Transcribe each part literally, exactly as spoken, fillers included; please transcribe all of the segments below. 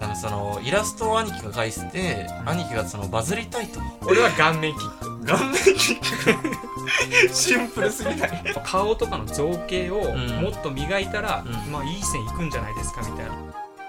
のそのイラストを兄貴が描いてて、うん、兄貴がそのバズりたいと。 俺は顔面キック顔面キックシンプルすぎない？ 顔とかの造形をもっと磨いたら、うん、まあいい線いくんじゃないですかみたいな。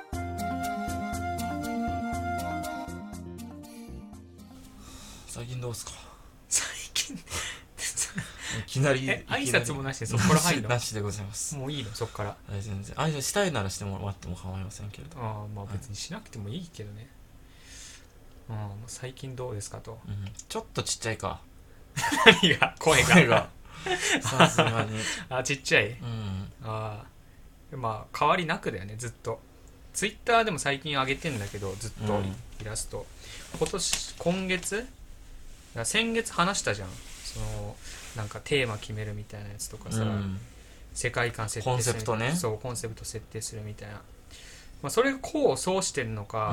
最近どうすか？ 最近いきなりえ挨拶もなしでそこから入るの？ なしでございます。 もういいのそこから？ 全然挨拶したいならしてもらっても構いませんけれど。 ああまあ別にしなくてもいいけどね、はい、うん、最近どうですかと、 うん、ちょっとちっちゃいか何が声が声がさすがにあちっちゃい、 うん、 ああまあ変わりなくだよねずっと。ツイッターでも最近上げてんだけどずっとイラスト、うん、今年今月先月話したじゃん、そのなんかテーマ決めるみたいなやつとかさ、うん、世界観設定する、 コンセプトね、 そうコンセプト設定するみたいな、まあ、それが功を奏してるのか、うん、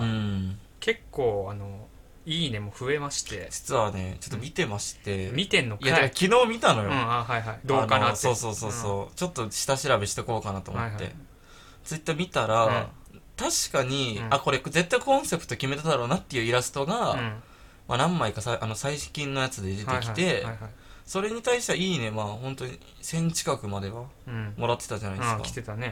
結構あのいいねも増えまして、 実はねちょっと見てまして、 うん、見てんのかい？ いやだから昨日見たのよ、 うん、あはいはいどうかなって、 そうそうそうそう、うん、ちょっと下調べしてこうかなと思って、はいはい、ツイッター見たら、うん、確かに、うん、あこれ絶対コンセプト決めただろうなっていうイラストが、うんまあ、何枚かさあの最近のやつで出てきて、はいはいはいはい、それに対してはいいねまあ本当にせん近くまではもらってたじゃないですか、 うん、あ来てたね、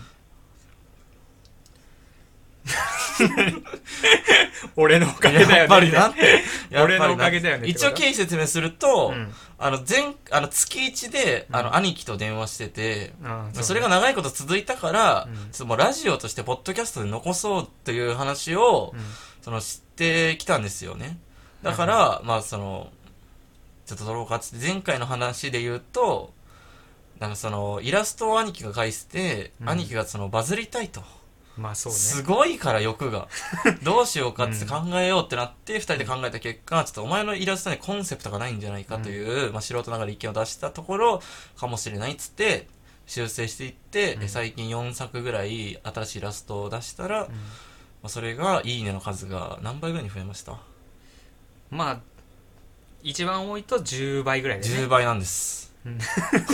うん、俺のおかげだよね。 やっぱりなって俺のおかげだよね。 一応経緯説明すると、うん、あの前あの月一で、うん、あの兄貴と電話してて、うん、それが長いこと続いたから、うん、ちょっともうラジオとしてポッドキャストで残そうという話を、うん、その知ってきたんですよね。だから、うん、まあそのちょっと撮ろうかっつって前回の話で言うと、なんかそのイラストを兄貴が描いてて、うん、兄貴がそのバズりたいと。 まあそうね、 すごいから欲がどうしようかって考えようってなって、うん、ふたりで考えた結果ちょっとお前のイラストにコンセプトがないんじゃないかという、うんまあ、素人ながら意見を出したところかもしれないっつって修正していって、うん、最近よんさくぐらい新しいイラストを出したら、うんまあ、それがいいねの数が何倍ぐらいに増えました？ まあ一番多いとじゅうばいぐらいでね。 じゅうばいなんです、うん、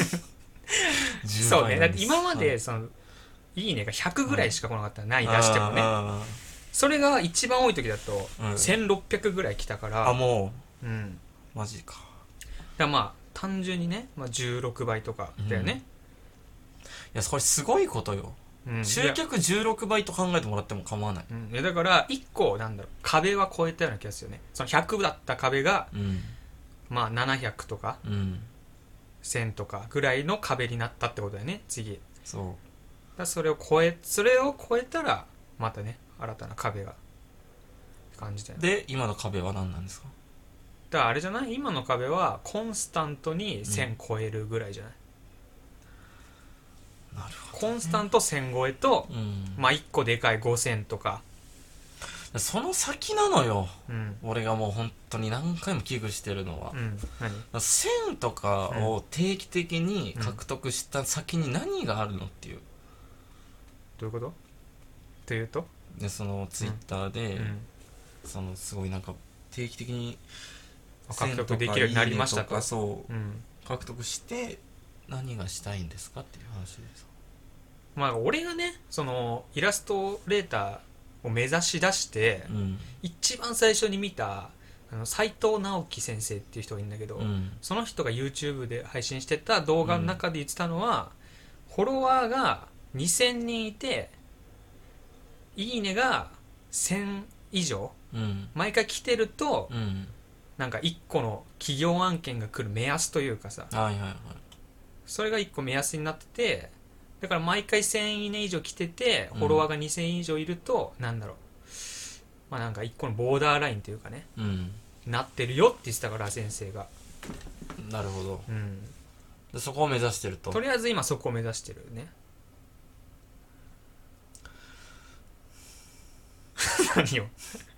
そうね。だって今までその、はいいいねがひゃくぐらいしか来なかったら、ない出してもね、それが一番多い時だとせんろっぴゃくぐらい来たから、 あもう、うん、 マジか。だからまあ単純にね、まあ、じゅうろくばいとかだよね、うん、いやこれすごいことよ、うん、集客じゅうろくばいと考えてもらっても構わない、 うん、いやだからいっこなんだろう壁は超えたような気がするよね。そのひゃくだった壁が、うん、まあななひゃくとか、うん、せんとかぐらいの壁になったってことだよね次。 そうだそれを超えそれを超えたらまたね新たな壁が感じだよね。 で今の壁は何なんですか？ だからあれじゃない、今の壁はコンスタントにせん超えるぐらいじゃない、 うん、なるほど、ね、コンスタントせん超えと、うん、まあいっこでかいごせんとかその先なのよ、うん、俺がもう本当に何回も危惧してるのは、うん、何せんとかを定期的に獲得した先に何があるのっていう、 どういうことというとでそのツイッターで、うん、そのすごいなんか定期的に獲得できるようになりましたとかそう、うん、獲得して何がしたいんですかっていう話です。 まあ俺がねそのイラストレーターを目指し出して、うん、一番最初に見たあの斉藤直樹先生っていう人がいるんだけど、うん、その人が YouTube で配信してた動画の中で言ってたのは、うん、フォロワーがにせんにんいていいねがせん以上、うん、毎回来てると、うん、なんかいっこの企業案件が来る目安というかさ、はいはいはい、それがいっこ目安になってて、だから毎回せんいいね以上来ててフォロワーがにせん以上いると、うん、なんだろうまあなんかいっこのボーダーラインというかね、うん、なってるよって言ってたから先生が。 なるほど、うん、でそこを目指してると。 とりあえず今そこを目指してるね何を、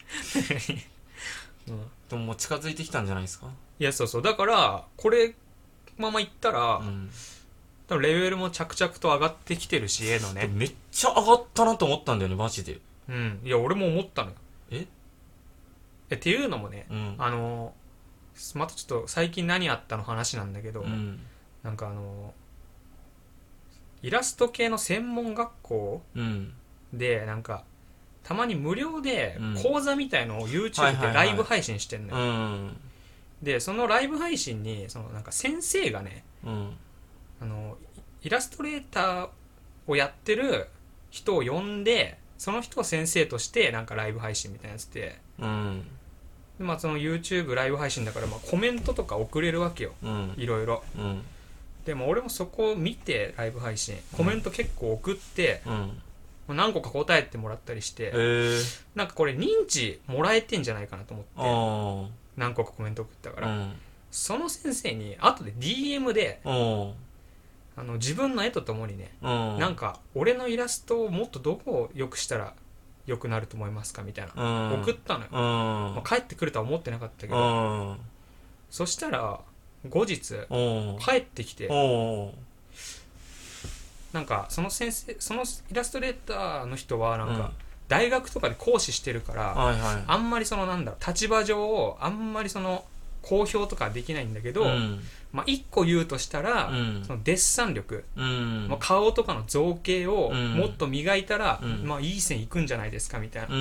うん、でももう近づいてきたんじゃないですか。 いやそうそうだからこれままいったら、うん、多分レベルも着々と上がってきてるし絵のね。 めっちゃ上がったなと思ったんだよねマジで。 うんいや俺も思ったのよ。 ええっていうのもね、うん、あのまたちょっと最近何あったの話なんだけど、うん、なんかあのイラスト系の専門学校でなんかたまに無料で講座みたいのを YouTube でライブ配信してんのよ、 はいはいはい、 でそのライブ配信にそのなんか先生がね、 うん、 あのイラストレーターをやってる人を呼んでその人を先生としてなんかライブ配信みたいなやつで、 うん、 でまあ、その YouTube ライブ配信だからまあコメントとか送れるわけよ、うん、いろいろ、うん、でも俺もそこを見てライブ配信コメント結構送って、うん、何個か答えてもらったりして、えー、なんかこれ認知もらえてんじゃないかなと思って何個かコメント送ったから、うん、その先生に後で ディーエム であの自分の絵とともにね、うん、なんか俺のイラストをもっとどこを良くしたら良くなると思いますかみたいな、うん、送ったのよ、うんまあ、帰ってくるとは思ってなかったけど、うん、そしたら後日帰ってきて、なんかその先生そのイラストレーターの人はなんか大学とかで講師してるから、はいはい、あんまりそのなんだろう立場上あんまりその公表とかできないんだけど、うんまあ、いっこ言うとしたら、うん、そのデッサン力、うんまあ、顔とかの造形をもっと磨いたら、うんまあ、いい線いくんじゃないですかみたいな、うん、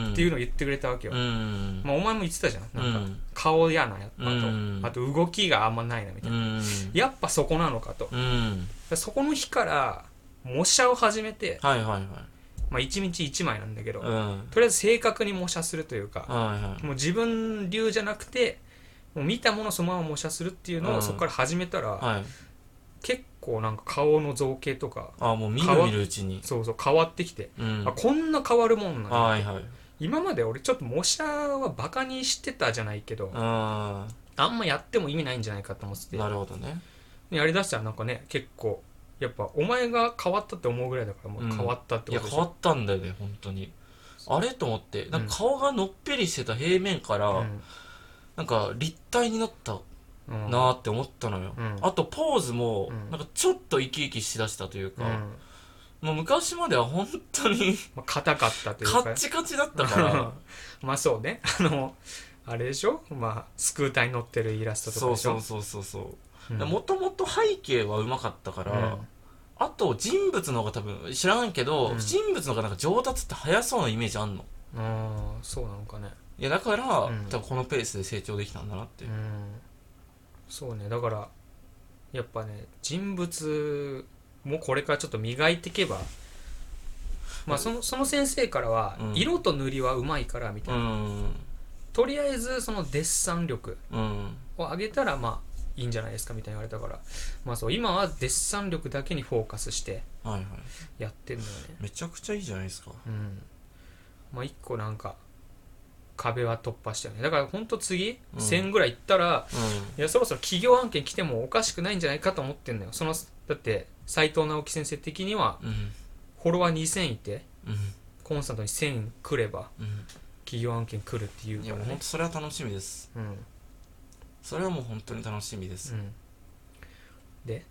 っていうのを言ってくれたわけよ、うんまあ、お前も言ってたじゃん、なんか顔やなやっぱと、うん、あと動きがあんまないなみたいな、うん、やっぱそこなのかと、うん、そこの日から模写を始めて、はいはいはいまあ、いちにちいちまいなんだけど、うん、とりあえず正確に模写するというか、はいはい、もう自分流じゃなくてもう見たものそのまま模写するっていうのをそこから始めたら、うんはい、結構なんか顔の造形とかあもう見る見るうちにそうそう変わってきて、うん、あこんな変わるもんなんだ、はいはい、今まで俺ちょっと模写はバカにしてたじゃないけどあんまやっても意味ないんじゃないかと思っててなるほどねやりだしたらなんかね結構やっぱお前が変わったって思うぐらいだからもう変わったってことでしょ、うん、いや変わったんだよね本当にあれと思ってなんか顔がのっぺりしてた平面から、うんなんか立体になったなーって思ったのよ、うん、あとポーズもなんかちょっと生き生きしだしたというか、うん、もう昔までは本当に硬かったというかカッチカチだったからまあそうねあのあれでしょまあスクーターに乗ってるイラストとかでしょそうそうそうそうそうもともと背景はうまかったから、うん、あと人物の方が多分知らんけど、うん、人物の方がなんか上達って早そうなイメージあんのああそうなのかねいやだから、うん、多分このペースで成長できたんだなって、うん、 そうねだからやっぱね人物もこれからちょっと磨いていけばまあその、その先生からは、うん、色と塗りはうまいからみたいな、うん、とりあえずそのデッサン力を上げたらまあいいんじゃないですかみたいに言われたからまあそう今はデッサン力だけにフォーカスしてやってんのよね、はいはい、 めちゃくちゃいいじゃないですかうんまあ一個なんか壁は突破したよねだから本当次、うん、せんぐらいいったら、うん、いやそろそろ企業案件来てもおかしくないんじゃないかと思ってんのよそのだって斉藤直樹先生的には、うん、フォロワーにせんいて、うん、コンスタントにせん来れば、うん、企業案件来るっていうから、ね、 いやもう本当それは楽しみです、うん、それはもう本当に楽しみです、うん、 で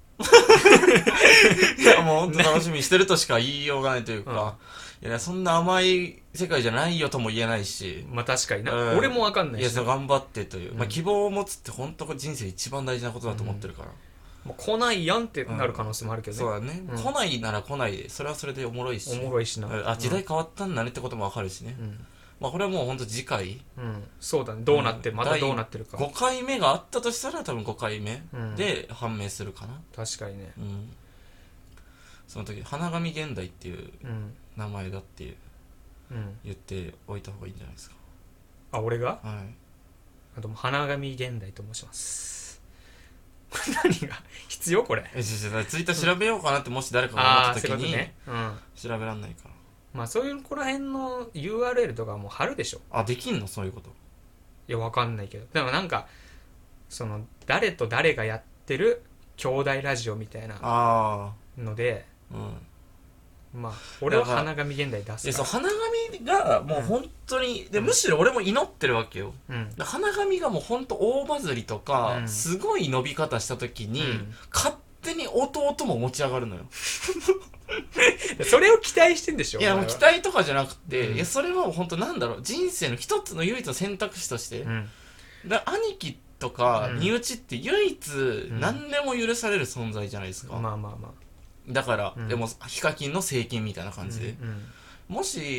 いやもう本当楽しみにしてるとしか言いようがないというか、うん、いやそんな甘い世界じゃないよとも言えないしまあ確かにな、うん、俺も分かんないしいや頑張ってという、うんまあ、希望を持つって本当人生一番大事なことだと思ってるから、 うん、もう来ないやんってなる可能性もあるけどね、 そうだね、うん、来ないなら来ないでそれはそれでおもろいしおもろいしなあ時代変わったんだねってことも分かるしね、うんまあ、これはもう本当次回、 うん、そうだねどうなって、うん、またどうなってるかごかいめがあったとしたら多分ごかいめで判明するかな、うん、 確かにね、うん、 その時花神現代っていう名前だっていう、うん、言っておいた方がいいんじゃないですかあ俺がはいあと花神現代と申します何が必要これえツイッター調べようかなってもし誰かが思った時に、ねうん、調べらんないからまあそういうこら辺の ユーアールエル とかもう貼るでしょあできんのそういうこといやわかんないけどでもなんかその誰と誰がやってる兄弟ラジオみたいなのでうんまあ俺は花神現代出すからいやそう花神がもう本当に、うん、でむしろ俺も祈ってるわけよ、うん、花神がもう本当大バズりとか、うん、すごい伸び方した時に、うん、勝手に弟も持ち上がるのよそれを期待してんでしょいやもう期待とかじゃなくて、うん、いやそれは本当なんだろう人生の一つの唯一の選択肢として、うん、だ兄貴とか身内って唯一何でも許される存在じゃないですか、 うん、まあまあまあだから、うん、でもヒカキンの聖金みたいな感じで、うんうん、もし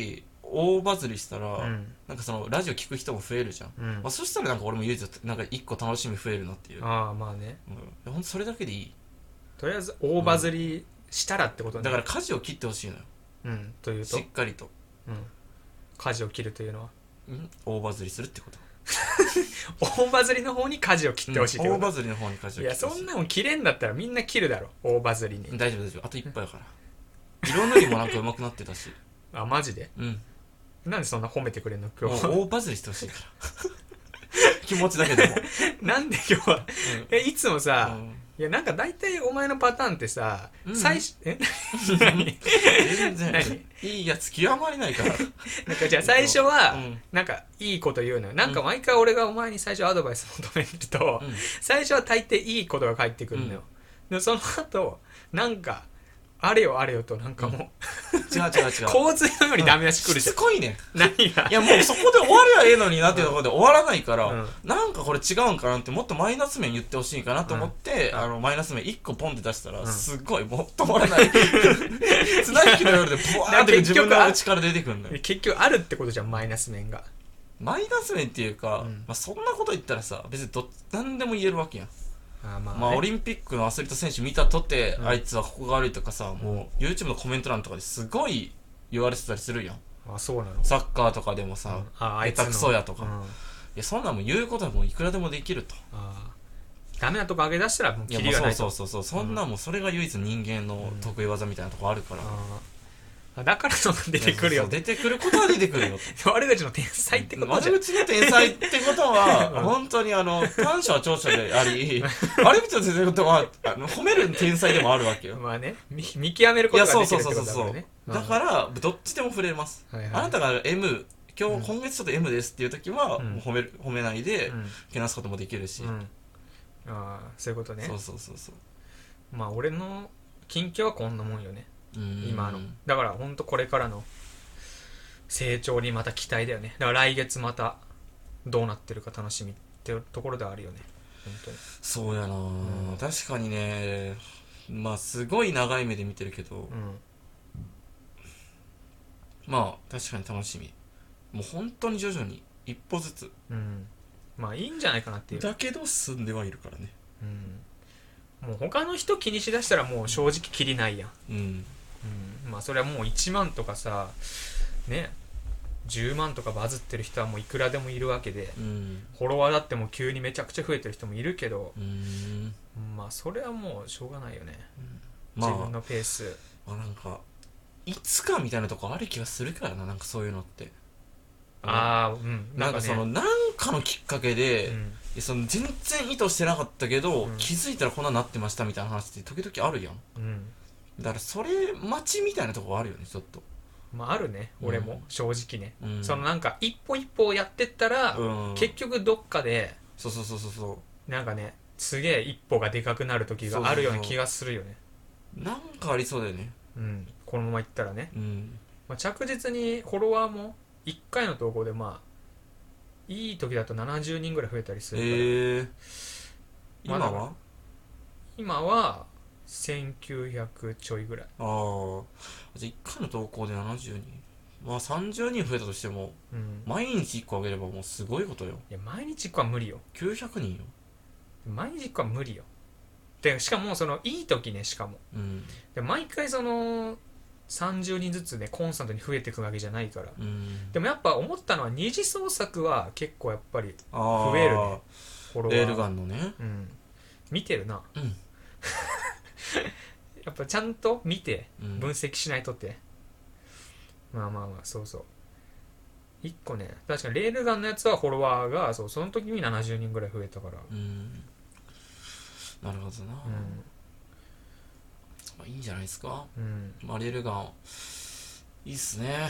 大バズりしたら、 うん、 なんかそのラジオ聞く人も増えるじゃん、うん、まあ、そしたらなんか俺も唯一なんか一個楽しみ増えるなっていう。 ああまあね、 うん、ほんとそれだけでいい。 とりあえず大バズりしたらってことね、 だから舵を切ってほしいのよ。 うんというとしっかりと、 うん、舵を切るというのは、 うん、大バズりするってこと。 大バズりの方に舵を切ってほしいってこと、 うん、大バズりの方に舵を切ってほしい。 いやそんなもん切れんだったらみんな切るだろ大バズりに。 大丈夫大丈夫、あと一杯だから色塗りもなんか上手くなってたしあマジで。 うんなんでそんな褒めてくれんの今日は。大バズりしてほしいから気持ちだけでもなんで今日は、うん、えいつもさ、うん、いやなんか大体お前のパターンってさ、うん、最初え何全然何いいやつ極まりないからなんかじゃあ最初は、うん、なんかいいこと言うのよ。なんか毎回俺がお前に最初アドバイス求めると、うん、最初は大抵いいことが返ってくるのよ、うん、でその後なんかあれよあれよとなんかもう、 うん、違う違う違う洪水のようにダメ出し来るじゃん。 しつこいねん何が。 いやもうそこで終わりはええのになっていうところで終わらないから、うん、なんかこれ違うんかなってもっとマイナス面言ってほしいかなと思って、うん、あのマイナス面いっこポンって出したら、うん、すっごいもっと止まらない綱引きの夜でブワーって自分の内から出てくるのよ。 結局あるってことじゃんマイナス面が。 マイナス面っていうか、うんまあ、そんなこと言ったらさ別にど何でも言えるわけやん。あまあ、まあ、オリンピックのアスリート選手見たとて、うん、あいつはここが悪いとかさ、うん、もう YouTube のコメント欄とかですごい言われてたりするやん。 あそうなの。 サッカーとかでもさ、うん、あ下手くそやとか、うん、いやそんなんも言うことはもういくらでもできると。あダメなとこ上げ出したらもうキリがないと。 そうそうそうそうそんなんもうそれが唯一人間の得意技みたいなとこあるから、 うん、だからその出てくるよ。 出てくることは出てくるよ悪口の天才ってことじゃん。 悪口の天才ってことは、うん、本当にあの短所は長所であり悪口の天才ってことはあの褒める天才でもあるわけよ。 まあね 見, 見極めることができるってことだからね。 だからどっちでも触れます、はいはい、あなたが M 今日、うん、今月ちょっと M ですっていう時は、うん、もう褒める褒めないで、うん、けなすこともできるし、うん、 ああそういうことね。 そうそうそうそうまあ俺の近況はこんなもんよね今の。だから本当これからの成長にまた期待だよね。だから来月またどうなってるか楽しみっていうところではあるよね本当に。 そうやな、うん、確かにね。まあすごい長い目で見てるけど、うん、まあ確かに楽しみ。もう本当に徐々に一歩ずつ、 うん、まあいいんじゃないかなっていう。 だけど進んではいるからね、 うん、もう他の人気にしだしたらもう正直きりないやん、うんうん、まあそれはもういちまんとかさねじゅうまんとかバズってる人はもういくらでもいるわけで、うん、フォロワーだってもう急にめちゃくちゃ増えてる人もいるけど、うん、まあそれはもうしょうがないよね、うん、自分のペース、 まあ、なんかいつかみたいなとこある気がするからな。なんかそういうのってああうんなんかそのなんかのきっかけで、うん、その全然意図してなかったけど、うん、気づいたらこんなになってましたみたいな話って時々あるやん、うん、だからそれ待ちみたいなとこあるよねちょっと。 まああるね俺も、うん、正直ね、うん、そのなんか一歩一歩やってったら、うん、結局どっかでそうそうそうそうそうなんかねすげえ一歩がでかくなる時があるような気がするよね。 そうそうそうなんかありそうだよね、 うん、このままいったらね、うんまあ、着実にフォロワーもいっかいの投稿でまあいい時だとななじゅうにんぐらい増えたりするから、えー、 今は今はせんきゅうひゃくちょいぐらい。 ああじゃあいっかいの投稿でななじゅうにんまあさんじゅうにん増えたとしても、うん、毎日いっこあげればもうすごいことよ。 いや毎日いっこは無理よ。 きゅうひゃくにんよ。 毎日いっこは無理よ。でしかもそのいい時ねしかも、うん、で毎回そのさんじゅうにんずつねコンスタントに増えていくわけじゃないから、うん、でもやっぱ思ったのは二次創作は結構やっぱり増えるね。フォロワーレールガンのね、 うん、見てるな、うん、やっぱちゃんと見て分析しないとって、うん、まあまあまあそうそういっこね確かにレールガンのやつはフォロワーがそうその時にななじゅうにんぐらい増えたから、うん、 なるほどな、うんまあ、いいんじゃないですか、うん、まあレールガンいいっすね、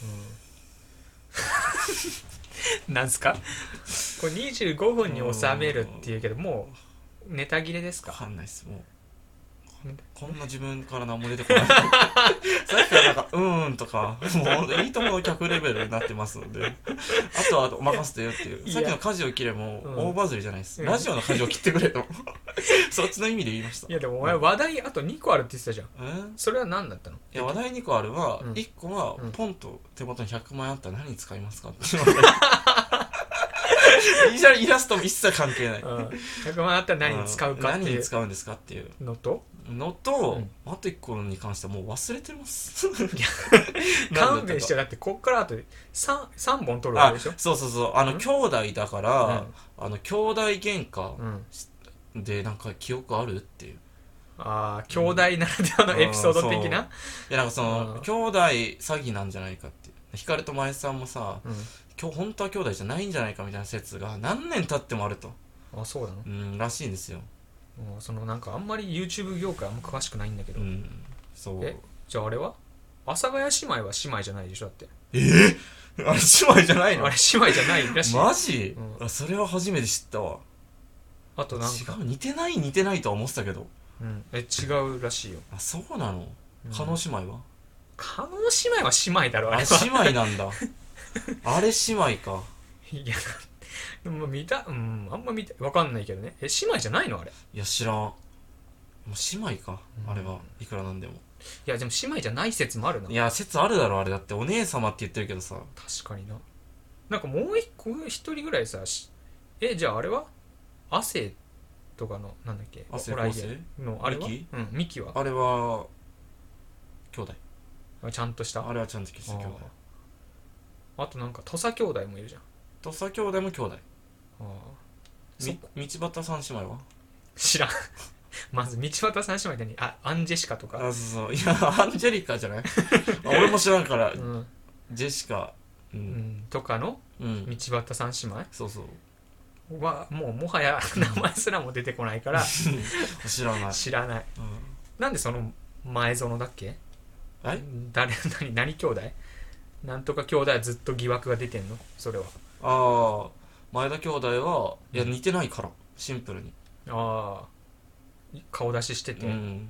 うん、なんすかこれにじゅうごふんに収めるっていうけどもうネタ切れですか。 わかんないっすもうわこんな自分から何も出てこないさっきからなんかうーんとかもういいともの客レベルになってますのであとは任せてよっていうさっきの舵を切れも大バズりじゃないです、うん、ラジオの舵を切ってくれとそっちの意味で言いました。 いやでもお前話題あとにこあるって言ってたじゃん、 えそれは何だったの？ いや話題にこあるは、うん、いっこはポンと手元にひゃくまんえんあったら何に使いますかってイラストも一切関係ない、うん、 ひゃくまんあったら何に使うかっていう、 何に使うんですかっていうのとのと、うん、あといっこに関してはもう忘れてます勘弁してだってこっからあと 3, さんぼん取るわけでしょ。 そうそうそうあの、うん、兄弟だから、うん、あの兄弟喧嘩でなんか記憶あるっていうああ兄弟ならではのエピソード的な、うん、いやなんかその兄弟詐欺なんじゃないかっていうヒカルとマエさんもさ、うん、今日本当は兄弟じゃないんじゃないかみたいな説が何年経ってもあると。 あそうなのうんらしいんですよ。 もうそのなんかあんまり YouTube 業界あんま詳しくないんだけど、うん、 そうえじゃああれは阿佐ヶ谷姉妹は姉妹じゃないでしょだってえー、あれ姉妹じゃないの？ あれ姉妹じゃないらしいマジ、うん、それは初めて知ったわ。 あとなんか違う似てない似てないとは思ってたけど、 うん、え違うらしいよ。 あそうなの？加納姉妹は？ 加納姉妹は姉妹だろあれは。 あ姉妹なんだあれ姉妹か。 いやでも見たうんあんま見たわかんないけどね。え姉妹じゃないのあれ？いや知らん。もう姉妹か、うん、あれはいくらなんでも。 いやでも姉妹じゃない説もあるな。 いや説あるだろあれだってお姉様って言ってるけどさ。 確かにな。なんかもう一個一人ぐらいさえじゃああれは亜生とかのなんだっけ亜生昴生のあれはミキ？ うんミキはあれは兄弟。 ちゃんとしたあれはちゃんとした兄弟。 あとなんか土佐兄弟もいるじゃん。 土佐兄弟も兄弟。 あみ道端三姉妹は知らんまず道端三姉妹であアンジェシカとか。 あそうそういやアンジェリカじゃない俺も知らんから、うん、ジェシカ、 うんうん、とかの、うん、道端三姉妹そうそうはもうもはや名前すらも出てこないから知らない知らない、うん、なんでその前園だっけえ誰何何兄弟なんとか兄弟はずっと疑惑が出てんのそれは。 ああ前田兄弟は、いや似てないからシンプルに。 ああ顔出ししてて、うん、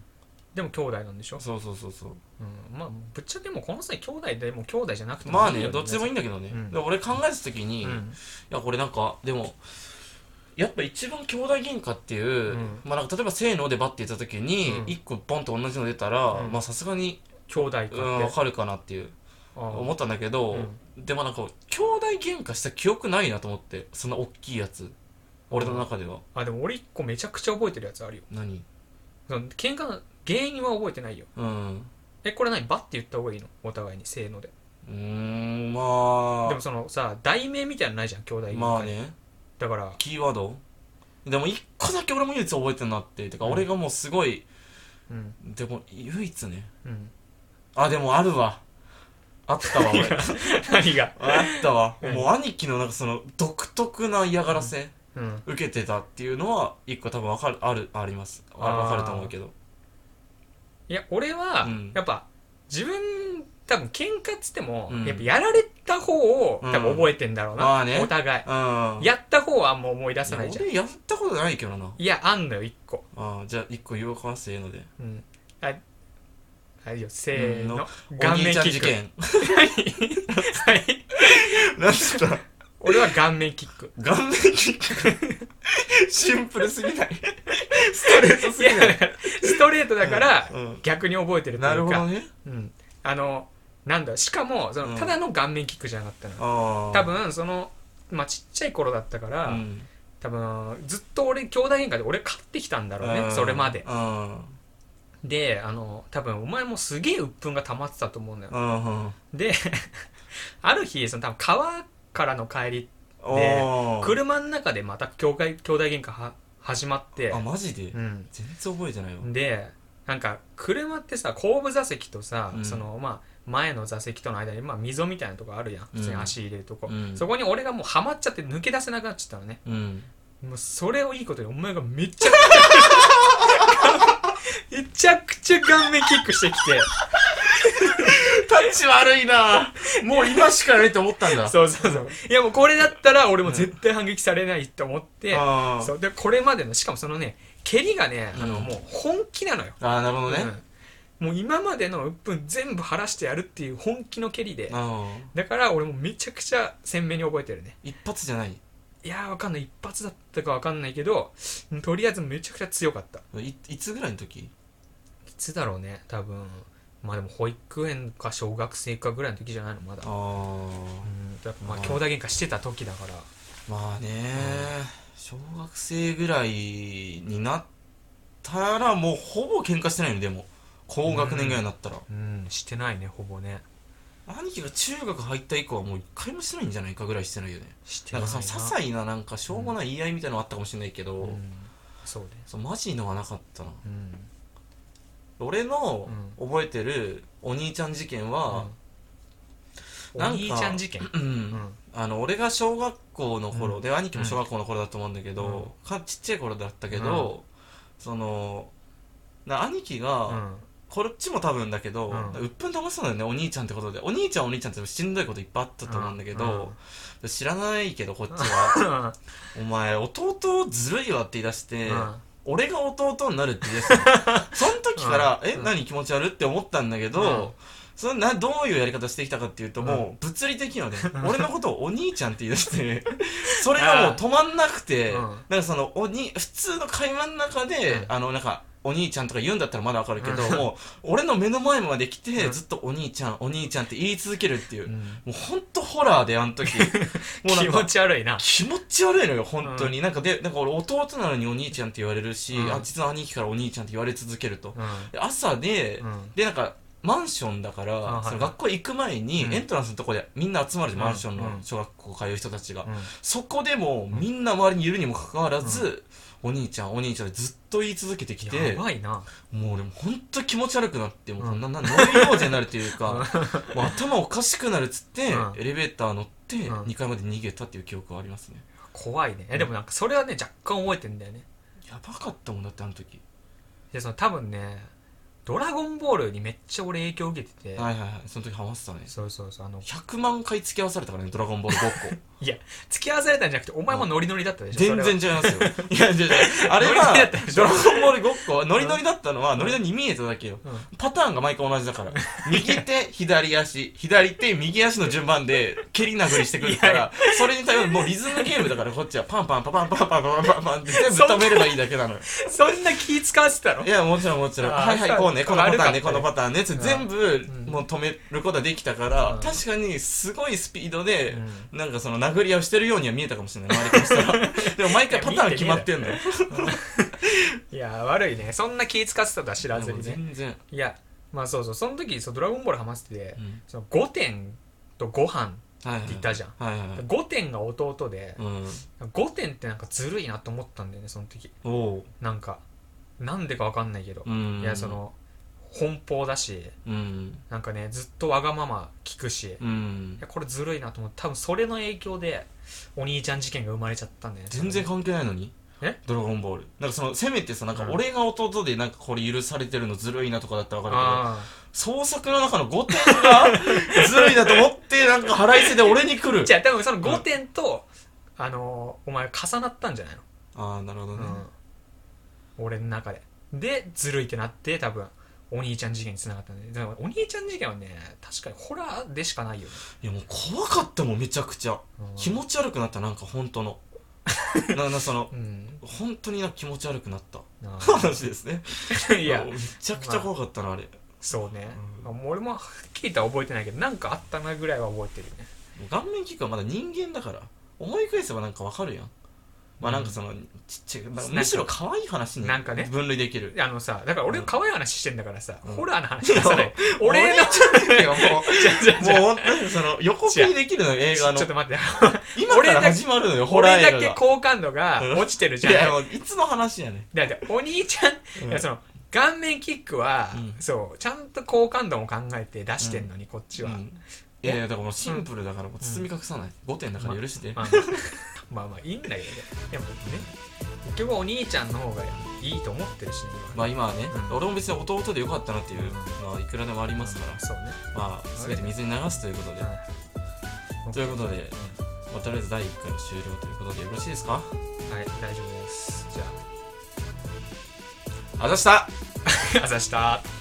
でも兄弟なんでしょ。 そうそうそうそう、 うん、まあぶっちゃけもこの際兄弟でも兄弟じゃなくてもいいよね。まあねどっちでもいいんだけどね、うん、で俺考えた時に、うん、いやこれなんかでもやっぱ一番兄弟喧嘩っていう、うん、まあなんか例えばせーのでバッて言った時に、うん、いっこポンと同じの出たら、うん、まあさすがに兄弟かって、 うん、分かるかなっていう思ったんだけど、うん、でもなんか兄弟喧嘩した記憶ないなと思って。そんな大きいやつ俺の中では。 あでも俺一個めちゃくちゃ覚えてるやつあるよ。 何？ その喧嘩の原因は覚えてないよ。うんえこれ何バッて言った方がいいのお互いにせーので。 うーんまあでもそのさ題名みたいなのないじゃん兄弟喧嘩。 まあねだからキーワードでも一個だけ俺も唯一覚えてるなっててか、うん、俺がもうすごい、うん、でも唯一ね、うん、あでもあるわあったわ俺何があったわ、うん、もう兄貴のなんかその独特な嫌がらせ、うん、受けてたっていうのは一個多分分かるあるありますあ分かると思うけど。 いや俺は、うん、やっぱ自分多分喧嘩っつっても、うん、やっぱやられた方を多分覚えてんだろうな、うんね、お互い、うん、やった方はあんま思い出さないじゃん。 俺やったことないけどな。 いやあんのよ一個。 あじゃあ一個言おうかせーので、うん、 あはいよせーの、 うん、顔面キック。事件はい何した？ 俺は顔面キック。 顔面キックシンプルすぎないストレートすぎないストレートだから逆に覚えてるというか。 なるほどね、 うん、あのなんだしかもその、うん、ただの顔面キックじゃなかったの。多分その、まあ、ちっちゃい頃だったから、うん、多分ずっと俺兄弟喧嘩で俺勝ってきたんだろうね、うん、それまで。であの多分お前もすげえ鬱憤が溜まってたと思うんだよ。である日その多分川からの帰りで車の中でまた兄弟兄弟喧嘩は始まって。 あマジで、うん、全然覚えてないわ。 でなんか車ってさ後部座席とさ、うん、そのまあ前の座席との間に、まあ、溝みたいなとこあるやん普通に足入れるとこ、うん、そこに俺がもうハマっちゃって抜け出せなくなっちゃったのね、うん、もうそれをいいことにお前がめちゃくちゃめちゃくちゃ顔面キックしてきてタッチ悪いな。もう今しかないと思ったんだ。 そうそうそう。いやもうこれだったら俺も絶対反撃されないと思って、うん、そうでこれまでのしかもそのね蹴りがね、あの、うん、もう本気なのよ。 ああなるほどね、 うん、もう今までの鬱憤全部晴らしてやるっていう本気の蹴りで、だから俺もめちゃくちゃ鮮明に覚えてるね。 一発じゃない？ いやーわかんない、一発だったかわかんないけど、とりあえずめちゃくちゃ強かった。 い, いつぐらいの時？いつだろうね、多分まあでも保育園か小学生かぐらいの時じゃないのまだ。ああ、うん、やっぱまあ兄弟喧嘩してた時だから。 まあね、うん、小学生ぐらいになったらもうほぼ喧嘩してないの。でも高学年ぐらいになったら、 うん、うん、してないねほぼね。 兄貴が中学入った以降はもう一回もしてないんじゃないかぐらいしてないよね。 してないな。 なんかその些細ななんかしょうもない言い合いみたいなのあったかもしれないけど、うん、 そうね、 そうマジのはなかったな、 うん、 俺の覚えてるお兄ちゃん事件は、 うん、なんかお兄ちゃん事件、 うんうん、あの俺が小学校の頃、うん、で兄貴も小学校の頃だと思うんだけど、うん、かちっちゃい頃だったけど、うん、そのな兄貴が、うん、こっちも多分だけど、うん、うっぷん騙すのよね、お兄ちゃんってことで。お兄ちゃんお兄ちゃんってしんどいこといっぱいあったと思うんだけど、うん、知らないけどこっちはお前弟ずるいわって言い出して、うん、俺が弟になるって言い出してその時から、うん、え、何気持ち悪って思ったんだけど、うん、それなどういうやり方してきたかっていうと、もう物理的なので、俺のことをお兄ちゃんって言い出してそれがもう止まんなくて、なんかそのおに普通の会話の中で、あのなんかお兄ちゃんとか言うんだったらまだわかるけど、もう俺の目の前まで来てずっとお兄ちゃんお兄ちゃんって言い続けるっていう、うん、もうほんとホラーであの時もうなんか気持ち悪いな。 気持ち悪いのよ本当に、うん、なんかでなんか俺弟なのにお兄ちゃんって言われるし、うん、あ実は兄貴からお兄ちゃんって言われ続けると、うん、朝で、うん、でなんかマンションだから、その学校行く前にエントランスのところでみんな集まるじゃん、マンションの小学校通う人たちが、うん、そこでもみんな周りにいるにもかかわらず、うん、お兄ちゃんお兄ちゃんでずっと言い続けてきて、 やばいな。 もう俺もほんと気持ち悪くなって、もうこんな、うん、なノイローゼになるというかもう頭おかしくなるっつって、うん、エレベーター乗ってにかいまで逃げたっていう記憶はありますね。 怖いね。えでもなんかそれはね若干覚えてんだよね。 やばかったもんだってあの時。 でその多分ねドラゴンボールにめっちゃ俺影響受けてて、 はいはいはい、その時ハマってたね。 そうそうそう、あのひゃくまんかい付き合わされたからね、ドラゴンボールごっこいや付き合わされたんじゃなくてお前もノリノリだったでしょ。 全然違いますよいやいやいやあれはドラゴンボールごっこノリノリだったのは、うん、ノリノリに見えただけよ、うん、パターンが毎回同じだから右手左足左手右足の順番で蹴り殴りしてくるからそれに対応もうリズムゲームだから、こっちはパンパンパパンパンパンパンパンパンパンって全部止めればいいだけなのよそんな気使わせたの？ いやもちろんもちろん、はいはいこうね、このパターンねこのパターンね全部もう止めることができたから、うん、確かにすごいスピードで、うん、なんかその殴り合いをしてるようには見えたかもしれない、周りからしたらでも毎回パターン決まってんのよいや悪いね、そんな気使ってたとは知らずにね。 全然。いやまあそうそう、その時そうドラゴンボールハマってて、うん、そのごてんとご飯って言ったじゃん、はいはいはいはい、ごてんが弟で、うん、ごてんってなんかずるいなと思ったんだよねその時。おなんかなんでかわかんないけど、いやその奔放だし、うん、なんかねずっとわがまま聞くし、うん、いやこれずるいなと思って、多分それの影響でお兄ちゃん事件が生まれちゃったんだよね。 全然関係ないのにえドラゴンボールなんかそのせめてさ、なんか俺が弟でなんかこれ許されてるのずるいなとかだったらわかるけど、創作の中のごてんがずるいなと思ってなんか腹いせで俺に来るじゃあ多分そのごてんと、うん、あのー、お前重なったんじゃないの？ ああなるほどね、 うん、俺の中ででずるいってなって多分お兄ちゃん事件に繋がったんで、だからお兄ちゃん事件はね確かにホラーでしかないよね。 いやもう怖かったもんめちゃくちゃ、うん、気持ち悪くなった。なんか本当のななその、うん、本当にな気持ち悪くなった話ですねいやめちゃくちゃ怖かったな、まあ、あれ。 そうね、うん、俺もはっきりとは覚えてないけどなんかあったなぐらいは覚えてるよね。 顔面キックはまだ人間だから思い返せばなんかわかるやん。まあなんかその、うん、ちっちゃいむしろ可愛い話に分類できる。 あのさだから俺可愛い話してんだからさ、うん、ホラーの話さない俺のもうもうその予告にできるの映画のちょっと待って今から始まるのよホラー映画が。 俺だけ好感度が落ちてるじゃん。 いやもういつの話やねん。 だってお兄ちゃん、うん、いやその顔面キックは、うん、そうちゃんと好感度も考えて出してんのに、うん、こっちは、うん、 いやいやだからもうシンプルだからもう包み隠さない、うん、ごてんだから許して、 まあ、まあまあいいんだけどね。でもね結局お兄ちゃんの方がいいと思ってるしね。 まあ今はね、うん、俺も別に弟でよかったなっていうのはいくらでもありますから、うん、 そうね。 まあ全て水に流すということで、うん、ということで、まあ、とりあえずだいいっかいの終了ということでよろしいですか？ はい大丈夫です。じゃあざしたあざした。